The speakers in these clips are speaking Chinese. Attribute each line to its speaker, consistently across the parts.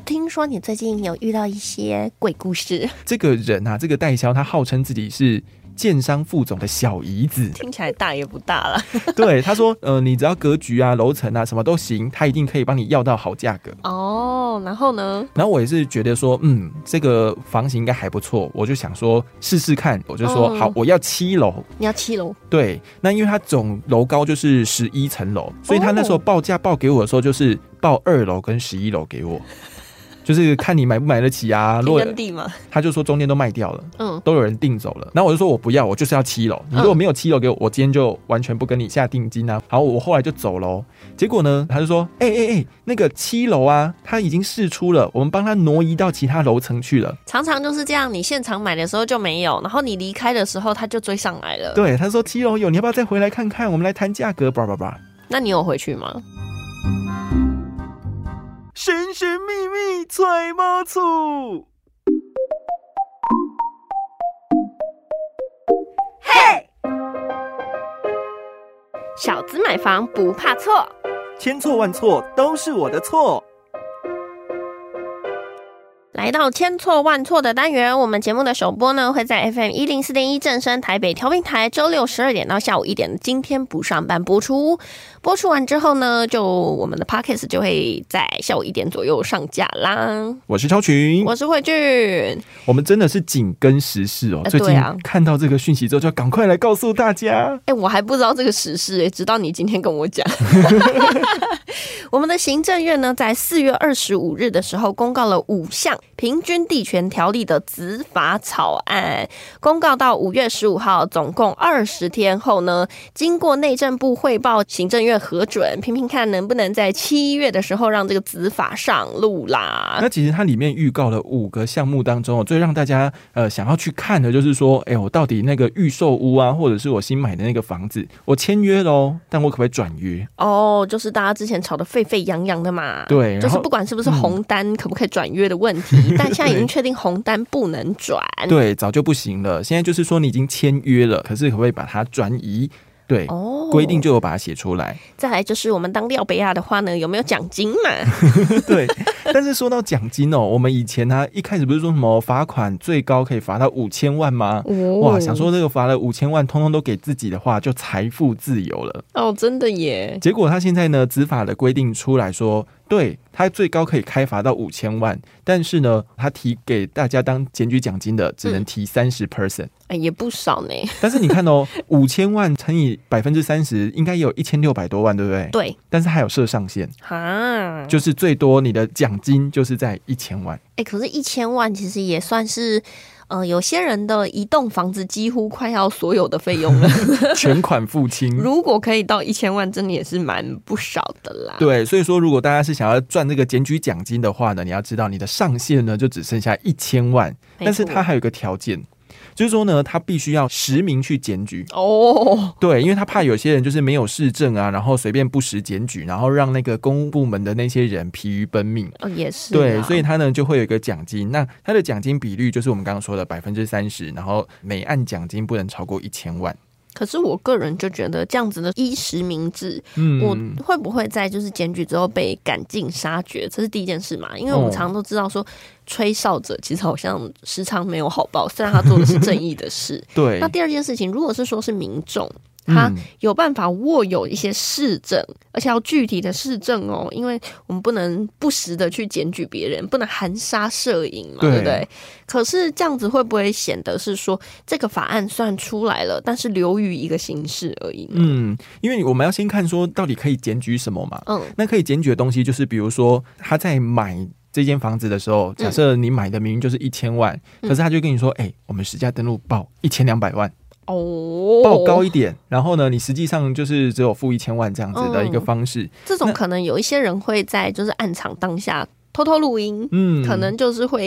Speaker 1: 听说你最近有遇到一些鬼故事。
Speaker 2: 这个人啊，这个代销他号称自己是建商副总的小姨子，
Speaker 1: 听起来大也不大了。
Speaker 2: 对，他说你只要格局啊楼层啊什么都行，他一定可以帮你要到好价格。
Speaker 1: 哦，然后呢？
Speaker 2: 然后我也是觉得说这个房型应该还不错，我就想说试试看，我就说好，我要7楼。
Speaker 1: 你要7楼？
Speaker 2: 对，那因为他总楼高就是11层楼，所以他那时候报价报给我的时候就是报2楼跟11楼给我。就是看你买不买得起啊，
Speaker 1: 天跟地嘛。
Speaker 2: 他就说中间都卖掉了，都有人订走了。然后我就说我不要，我就是要7楼。你如果没有7楼给我，我今天就完全不跟你下定金啊。好，我后来就走了。结果呢，他就说，那个7楼啊，他已经释出了，我们帮他挪移到其他楼层去了。
Speaker 1: 常常就是这样，你现场买的时候就没有，然后你离开的时候他就追上来了。
Speaker 2: 对，他说7楼有，你要不要再回来看看？我们来谈价格，
Speaker 1: 那你有回去吗？
Speaker 2: 神神秘秘揣猫醋，
Speaker 1: 嘿，小资买房不怕错，
Speaker 2: 千错万错都是我的错。
Speaker 1: 来到千错万错的单元，我们节目的首播呢会在 FM104.1 正声台北调频台，周六12点到下午1点的今天不上班播出。播出完之后呢，就我们的 Podcast 就会在下午1点左右上架啦。
Speaker 2: 我是超群，
Speaker 1: 我是慧俊，
Speaker 2: 我们真的是紧跟时事哦。最近看到这个讯息之后，就要赶快来告诉大家。
Speaker 1: 我还不知道这个时事直到你今天跟我讲。我们的行政院呢，在4月25日的时候公告了5项平均地权条例的子法草案，公告到5月15号，总共20天后呢，经过内政部汇报，行政院核准，评评看能不能在7月的时候让这个子法上路啦。
Speaker 2: 那其实它里面预告了5个项目当中，最让大家想要去看的就是说，我到底那个预售屋啊，或者是我新买的那个房子，我签约咯，但我可不可以转约？
Speaker 1: 就是大家之前吵得沸沸扬扬的嘛。
Speaker 2: 对，
Speaker 1: 就是不管是不是红单，可不可以转约的问题，但现在已经确定红单不能转。
Speaker 2: 对，早就不行了。现在就是说你已经签约了，可是可不可以把它转移？对，规定就有把它写出来。
Speaker 1: 再来就是我们当廖北亚的话呢，有没有奖金嘛？
Speaker 2: 对，但是说到奖金我们以前一开始不是说什么罚款最高可以罚到5000万吗？哇，想说这个罚了5000万，通通都给自己的话，就财富自由了。
Speaker 1: 真的耶！
Speaker 2: 结果他现在呢，子法的规定出来说，对，他最高可以开罚到5000万，但是呢，他提给大家当检举奖金的，只能提30%。
Speaker 1: 也不少呢。
Speaker 2: 但是你看5000万乘以30%，应该也有1600多万，对不对？
Speaker 1: 对。
Speaker 2: 但是还有设上限，就是最多你的奖金就是在1000万。
Speaker 1: 可是1000万其实也算是。有些人的一栋房子几乎快要所有的费用了，
Speaker 2: 全款付清。如
Speaker 1: 果可以到1000万，真的也是蛮不少的啦。
Speaker 2: 对，所以说如果大家是想要赚这个检举奖金的话呢，你要知道你的上限呢就只剩下1000万，但是它还有一个条件。就是说呢，他必须要实名去检举对，因为他怕有些人就是没有事证啊，然后随便不实检举，然后让那个公务部门的那些人疲于奔命。
Speaker 1: 也是。
Speaker 2: 对，所以他呢就会有一个奖金，那他的奖金比率就是我们刚刚说的30%，然后每案奖金不能超过1000万。
Speaker 1: 可是我个人就觉得这样子的依实名制，我会不会在就是检举之后被赶尽杀绝？这是第一件事嘛，因为我们常常都知道说，吹哨者其实好像时常没有好报，虽然他做的是正义的事。
Speaker 2: 对。
Speaker 1: 那第二件事情，如果是说是民众，他有办法握有一些事证，而且要具体的事证因为我们不能不时的去检举别人，不能含沙射影嘛， 对不对？可是这样子会不会显得是说这个法案算出来了，但是流于一个形式而已呢？
Speaker 2: 因为我们要先看说到底可以检举什么嘛。那可以检举的东西就是比如说他在买这间房子的时候，假设你买的明明就是1000万，可是他就跟你说我们实价登录报1200万，报高一点，然后呢，你实际上就是只有付1000万这样子的一个方式。
Speaker 1: 这种可能有一些人会在就是暗场当下偷偷录音，可能就是会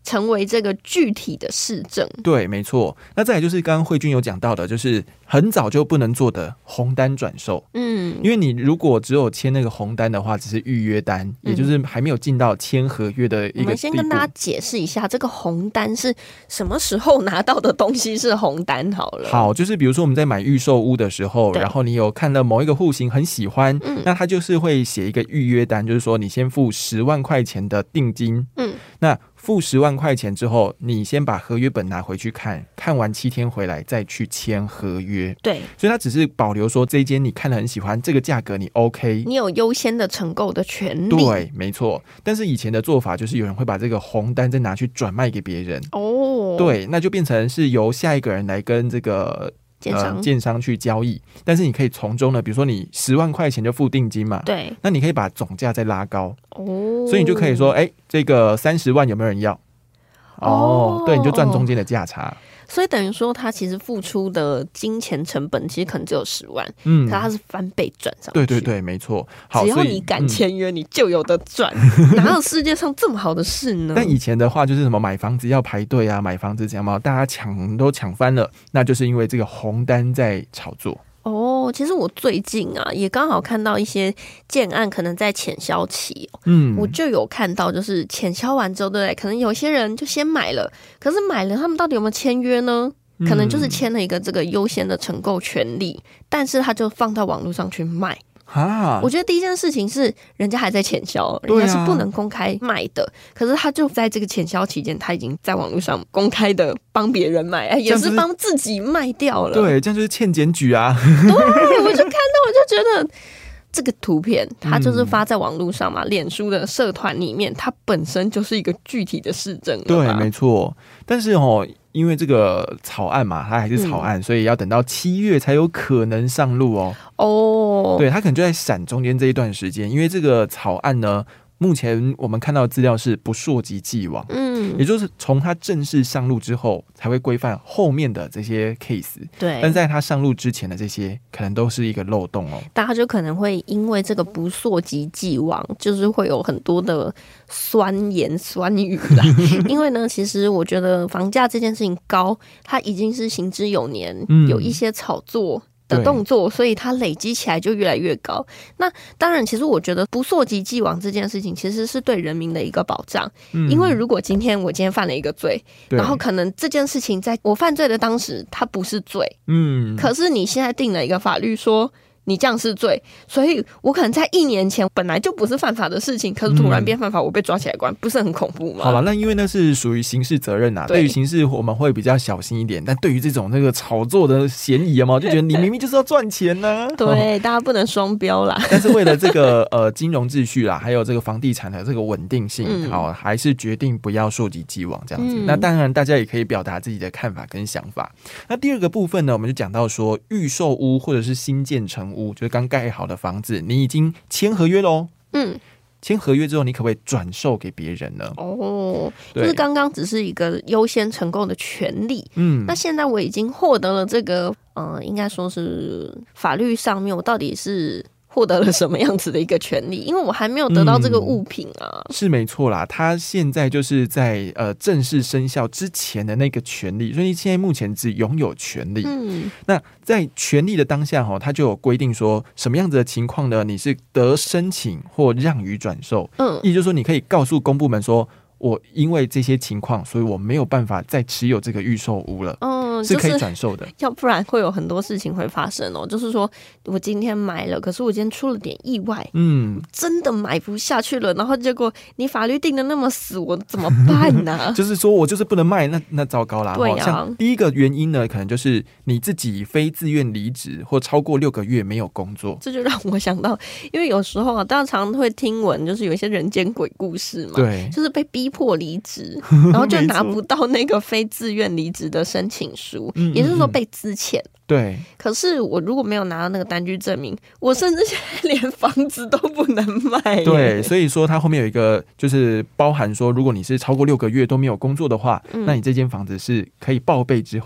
Speaker 1: 成为这个具体的市政。
Speaker 2: 对，没错。那再来就是刚刚慧君有讲到的，就是很早就不能做的红单转售。因为你如果只有签那个红单的话，只是预约单，也就是还没有进到签合约的一个地步。我们
Speaker 1: 先跟大家解释一下，这个红单是什么时候拿到的东西是红单好了。
Speaker 2: 好，就是比如说我们在买预售屋的时候，然后你有看了某一个户型很喜欢，那他就是会写一个预约单，就是说你先付10万块钱的定金，那付10万块钱之后，你先把合约本拿回去看，看完7天回来再去签合约。
Speaker 1: 对，
Speaker 2: 所以他只是保留说这一间你看了很喜欢，这个价格你 OK，
Speaker 1: 你有优先的承购的权利。
Speaker 2: 对，没错。但是以前的做法就是有人会把这个红单再拿去转卖给别人。对，那就变成是由下一个人来跟这个建商去交易，但是你可以从中呢，比如说你10万块钱就付定金嘛，
Speaker 1: 对，
Speaker 2: 那你可以把总价再拉高，所以你就可以说，这个30万有没有人要？对，你就赚中间的价差。
Speaker 1: 所以等于说，他其实付出的金钱成本其实可能只有10万，可他是翻倍赚上去。
Speaker 2: 对对，没错。好，
Speaker 1: 只要你敢签约，你就有的赚。哪有世界上这么好的事呢？
Speaker 2: 但以前的话，就是什么买房子要排队啊，买房子怎样嘛，大家都抢翻了，那就是因为这个红单在炒作。
Speaker 1: 其实我最近啊，也刚好看到一些建案可能在潜销期，我就有看到，就是潜销完之后，对不对？可能有些人就先买了，可是买了他们到底有没有签约呢？可能就是签了一个这个优先的承购权利，但是他就放到网络上去卖。我觉得第一件事情是人家还在潜销，人家是不能公开卖的，可是他就在这个潜销期间，他已经在网络上公开的帮别人卖，也是帮自己卖掉了。
Speaker 2: 对，这样就是欠检举啊。
Speaker 1: 对，我就看到我就觉得这个图片它就是发在网络上嘛，脸书的社团里面，它本身就是一个具体的市政。
Speaker 2: 对，没错。但是因为这个草案嘛，它还是草案，所以要等到7月才有可能上路对，它可能就在闪中间这一段时间，因为这个草案呢，目前我们看到的资料是不溯及既往，也就是从它正式上路之后，才会规范后面的这些 case。
Speaker 1: 对，
Speaker 2: 但在它上路之前的这些，可能都是一个漏洞
Speaker 1: 大家就可能会因为这个不溯及既往，就是会有很多的酸言酸语啦。因为呢，其实我觉得房价这件事情高，它已经是行之有年，有一些炒作的动作，所以它累积起来就越来越高。那当然，其实我觉得不溯及既往这件事情其实是对人民的一个保障，因为如果我今天犯了一个罪，然后可能这件事情在我犯罪的当时它不是罪，可是你现在定了一个法律说你这样是罪，所以我可能在1年前本来就不是犯法的事情，可是突然变犯法，我被抓起来关，不是很恐怖吗？
Speaker 2: 好了，那因为那是属于刑事责任对于刑事我们会比较小心一点，但对于这种那个炒作的嫌疑嘛，就觉得你明明就是要赚钱呢。
Speaker 1: 对，大家不能双标啦。
Speaker 2: 但是为了这个金融秩序啦，还有这个房地产的这个稳定性，还是决定不要溯及既往这样子。那当然，大家也可以表达自己的看法跟想法。那第二个部分呢，我们就讲到说，预售屋或者是新建成屋，就是刚盖好的房子，你已经签合约咯。签合约之后，你可不可以转售给别人呢？
Speaker 1: 就是刚刚只是一个优先承购的权利。那现在我已经获得了这个，应该说是法律上面，我到底是获得了什么样子的一个权利？因为我还没有得到这个物品啊。
Speaker 2: 是没错啦，他现在就是在正式生效之前的那个权利，所以现在目前只拥有权利。那在权利的当下他就有规定说什么样子的情况呢？你是得申请或让予转售。意思就是说你可以告诉公部门说，我因为这些情况，所以我没有办法再持有这个预售屋了，是可以转售的。
Speaker 1: 要不然会有很多事情会发生就是说我今天买了，可是我今天出了点意外，真的买不下去了，然后结果你法律定的那么死，我怎么办呢？
Speaker 2: 就是说我就是不能卖，那糟糕啦。
Speaker 1: 对啊，
Speaker 2: 像第一个原因呢，可能就是你自己非自愿离职或超过6个月没有工作。
Speaker 1: 这就让我想到，因为有时候大家常会听闻，就是有一些人间鬼故事嘛，
Speaker 2: 对，
Speaker 1: 就是被逼迫离职，然后就拿不到那个非自愿离职的申请书，也就是说被资遣。
Speaker 2: 对，
Speaker 1: 可是我如果没有拿到那个单据证明，我甚至现在连房子都不能卖。
Speaker 2: 对，所以说它后面有一个就是包含说，如果你是超过6个月都没有工作的话，那你这间房子是可以报备之后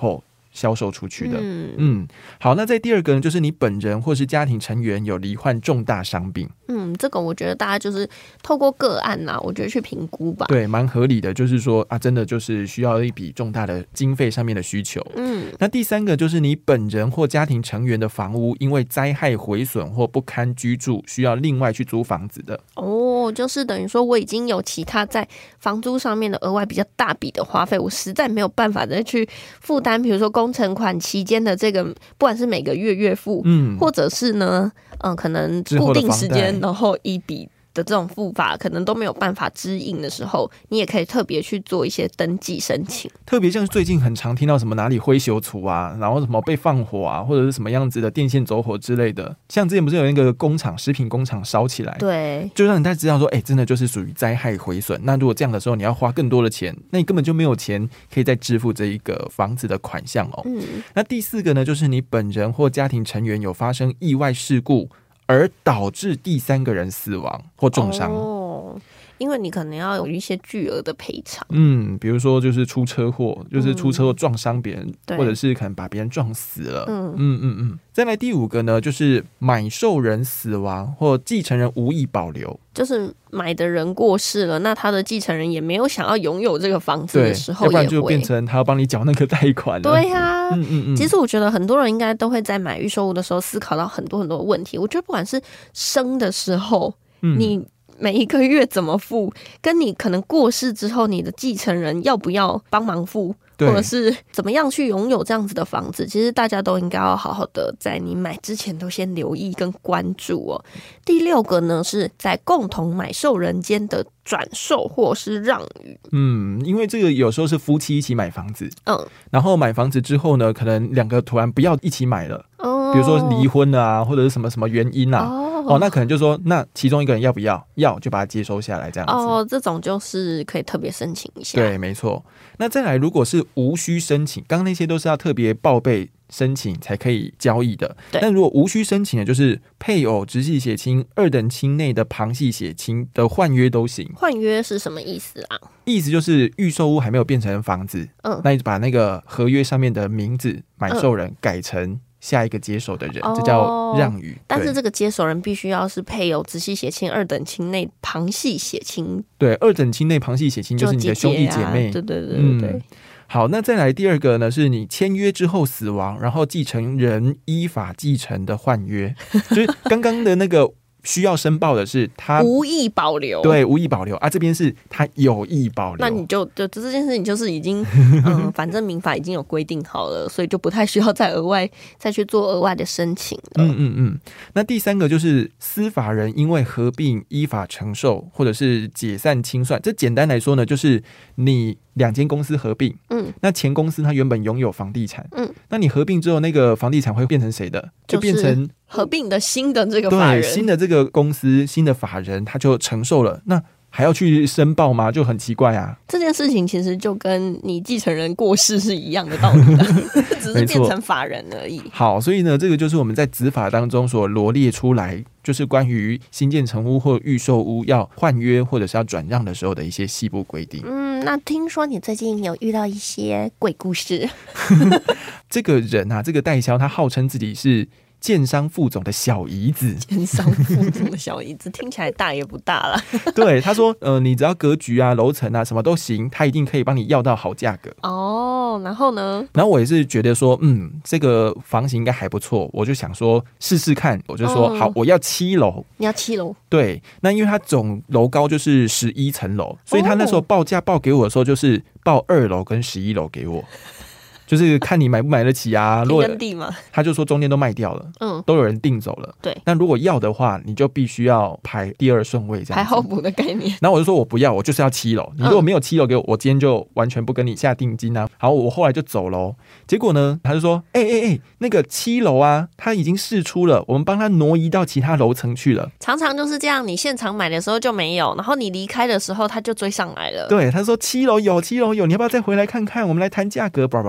Speaker 2: 销售出去的。好，那在第二个呢，就是你本人或是家庭成员有罹患重大伤病。
Speaker 1: 这个我觉得大家就是透过个案啊，我觉得去评估吧。
Speaker 2: 对，蛮合理的，就是说啊，真的就是需要一笔重大的经费上面的需求。那第三个就是你本人或家庭成员的房屋因为灾害毁损或不堪居住，需要另外去租房子的。
Speaker 1: 就是等于说我已经有其他在房租上面的额外比较大笔的花费，我实在没有办法再去负担，比如说工程款期间的这个，不管是每个月月付，或者是呢，可能固定时间，然后一笔的这种付法可能都没有办法支应的时候，你也可以特别去做一些登记申请。
Speaker 2: 特别像最近很常听到什么哪里灰修除啊，然后什么被放火啊，或者是什么样子的电线走火之类的。像之前不是有一个工厂，食品工厂烧起来，
Speaker 1: 对，
Speaker 2: 就让你大家知道说，真的就是属于灾害毁损。那如果这样的时候你要花更多的钱，那你根本就没有钱可以再支付这一个房子的款项哦。那第四个呢，就是你本人或家庭成员有发生意外事故，而导致第三个人死亡或重伤。
Speaker 1: 因为你可能要有一些巨额的赔偿。
Speaker 2: 比如说就是出车祸，就是出车祸撞伤别人，或者是可能把别人撞死了。再来第五个呢，就是买受人死亡或继承人无意保留，
Speaker 1: 就是买的人过世了，那他的继承人也没有想要拥有这个房子的时候，
Speaker 2: 要不然就变成他要帮你缴那个贷款了。
Speaker 1: 对啊，其实我觉得很多人应该都会在买预售屋的时候思考到很多很多问题。我觉得不管是生的时候，你每一个月怎么付，跟你可能过世之后你的继承人要不要帮忙付，或者是怎么样去拥有这样子的房子，其实大家都应该要好好的在你买之前都先留意跟关注哦。第六个呢，是在共同买受人间的转售或是让与。
Speaker 2: 因为这个有时候是夫妻一起买房子，然后买房子之后呢，可能两个突然不要一起买了，比如说离婚啊，或者是什么什么原因啊，那可能就说那其中一个人要不要，就把它接收下来这样子。
Speaker 1: 这种就是可以特别申请一下。
Speaker 2: 对，没错。那再来，如果是无需申请，刚刚那些都是要特别报备申请才可以交易的。但如果无需申请的，就是配偶、直系血亲、二等亲内的旁系血亲的换约都行。
Speaker 1: 换约是什么意思啊？
Speaker 2: 意思就是预售屋还没有变成房子，那你就把那个合约上面的名字买受人改成下一个接手的人，这叫让与。
Speaker 1: 但是这个接手人必须要是配偶、直系血亲、二等亲内旁系血亲。
Speaker 2: 对，二等亲内旁系血亲就是你的兄弟姐妹。
Speaker 1: 对。
Speaker 2: 好，那再来第二个呢，是你签约之后死亡，然后继承人依法继承的换约。就是刚刚的那个需要申报的是他
Speaker 1: 无意保留，
Speaker 2: 对，无意保留啊，这边是他有意保留。
Speaker 1: 那你就这件事情就是已经反正民法已经有规定好了，所以就不太需要再去做额外的申请了。
Speaker 2: 那第三个就是司法人因为合并依法承受或者是解散清算，这简单来说呢，就是你两间公司合并，那前公司它原本拥有房地产，那你合并之后，那个房地产会变成谁的？就变成
Speaker 1: 合并的新的这个法人，
Speaker 2: 对，新的这个公司新的法人他就承受了，那还要去申报吗？就很奇怪啊。
Speaker 1: 这件事情其实就跟你继承人过世是一样的道理的只是变成法人而已。
Speaker 2: 好，所以呢，这个就是我们在子法当中所罗列出来，就是关于新建成屋或预售屋要换约或者是要转让的时候的一些细部规定。
Speaker 1: 那听说你最近有遇到一些鬼故事
Speaker 2: 这个人啊，这个代销他号称自己是建商副总的小姨子，
Speaker 1: 建商副总的小姨子听起来大也不大了
Speaker 2: 对，他说你只要格局啊楼层啊什么都行，他一定可以帮你要到好价格。
Speaker 1: 然后呢，
Speaker 2: 然后我也是觉得说这个房型应该还不错，我就想说试试看，我就说好，我要7楼。
Speaker 1: 你要7楼？
Speaker 2: 对，那因为他总楼高就是11层楼，所以他那时候报价报给我的时候就是报2楼跟11楼给我就是看你买不买得起啊。
Speaker 1: 天跟地嘛，
Speaker 2: 他就说中间都卖掉了，都有人订走了。
Speaker 1: 对，
Speaker 2: 那如果要的话，你就必须要排第2顺位这样子，
Speaker 1: 排候补的概念。
Speaker 2: 然后我就说我不要，我就是要7楼。你如果没有7楼给我，我今天就完全不跟你下定金啊。好，我后来就走了。结果呢，他就说，那个7楼啊，他已经释出了，我们帮他挪移到其他楼层去了。
Speaker 1: 常常就是这样，你现场买的时候就没有，然后你离开的时候他就追上来了。
Speaker 2: 对，他说7楼有，7楼有，你要不要再回来看看？我们来谈价格，叭叭叭。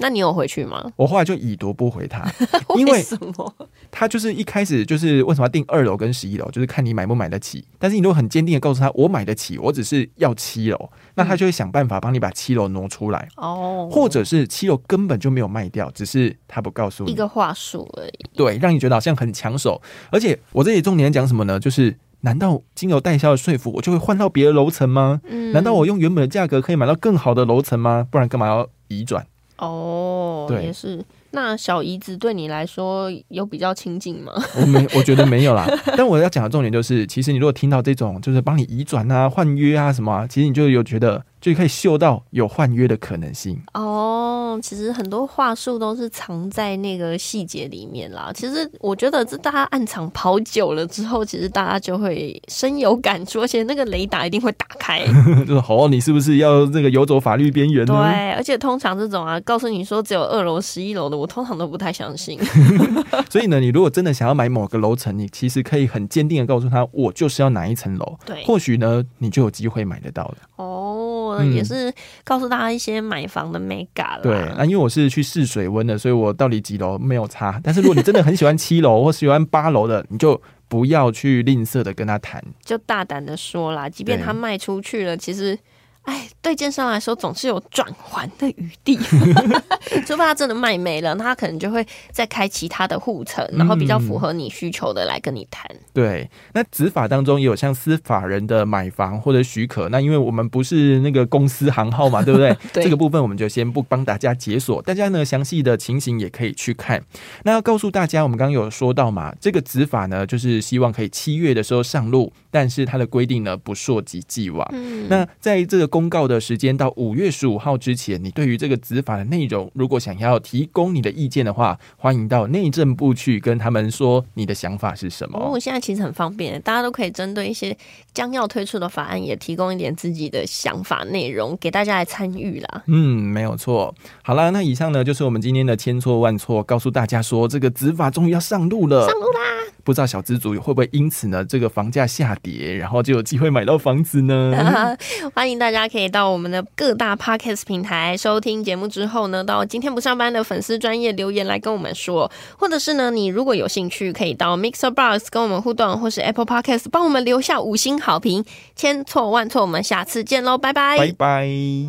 Speaker 1: 那你有回去吗？
Speaker 2: 我后来就已读不回他。
Speaker 1: 为什么？
Speaker 2: 他就是一开始就是为什么要定2楼跟11楼，就是看你买不买得起。但是你如果很坚定的告诉他我买得起，我只是要7楼，那他就会想办法帮你把7楼挪出来。或者是7楼根本就没有卖掉，只是他不告诉你，
Speaker 1: 一个话术而已。
Speaker 2: 对，让你觉得好像很抢手。而且我这里重点讲什么呢？就是难道经由代销的说服，我就会换到别的楼层吗？难道我用原本的价格可以买到更好的楼层吗？不然干嘛要移转？对，
Speaker 1: 也是。那小姨子对你来说有比较亲近吗？
Speaker 2: 我觉得没有啦。但我要讲的重点就是，其实你如果听到这种就是帮你移转啊、换约啊什么啊，其实你就有觉得就可以嗅到有换约的可能性。
Speaker 1: 其实很多话术都是藏在那个细节里面啦。其实我觉得这大家暗场跑久了之后，其实大家就会深有感触，而且那个雷达一定会打开。
Speaker 2: 就是你是不是要这个游走法律边缘呢？
Speaker 1: 对，而且通常这种告诉你说只有2楼、11楼的，我通常都不太相信。
Speaker 2: 所以呢，你如果真的想要买某个楼层，你其实可以很坚定的告诉他，我就是要哪一层楼。
Speaker 1: 对，
Speaker 2: 或许呢，你就有机会买得到了。
Speaker 1: 也是告诉大家一些买房的美感啦。
Speaker 2: 对，那因为我是去试水温的，所以我到底几楼没有差。但是如果你真的很喜欢7楼或喜欢8楼的，你就不要去吝啬的跟他谈，
Speaker 1: 就大胆的说啦，即便他卖出去了，其实对建商来说总是有转圜的余地。除非他真的卖没了，那他可能就会再开其他的户层，然后比较符合你需求的来跟你谈。
Speaker 2: 对，那子法当中也有像司法人的买房或者许可，那因为我们不是那个公司行号嘛，对不对？
Speaker 1: 对，
Speaker 2: 这个部分我们就先不帮大家解锁，大家呢详细的情形也可以去看。那要告诉大家，我们刚刚有说到嘛，这个子法呢就是希望可以7月的时候上路，但是它的规定呢不溯及既往。那在这个公告的时间到5月15号之前，你对于这个子法的内容如果想要提供你的意见的话，欢迎到内政部去跟他们说你的想法是什么。
Speaker 1: 现在其实很方便，大家都可以针对一些将要推出的法案也提供一点自己的想法内容给大家来参与啦。
Speaker 2: 没有错。好啦，那以上呢就是我们今天的千错万错，告诉大家说这个子法终于要上路了，
Speaker 1: 上路啦！
Speaker 2: 不知道小资族会不会因此呢这个房价下跌，然后就有机会买到房子呢？
Speaker 1: 欢迎大家可以到我们的各大 Podcast 平台收听节目之后呢，到今天不上班的粉丝专页留言来跟我们说，或者是呢你如果有兴趣可以到 Mixer Box 跟我们互动，或是 Apple Podcast 帮我们留下5星好评。千错万错，我们下次见咯，拜拜，
Speaker 2: 拜拜。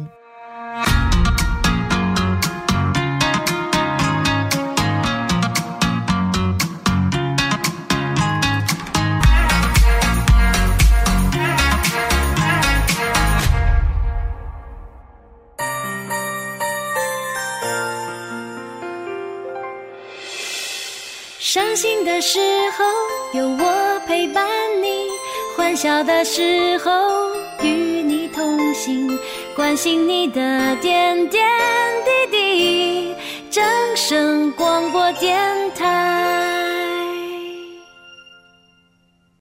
Speaker 3: 伤心的时候有我陪伴你，欢笑的时候与你同行，关心你的点点滴滴。正声广播电台。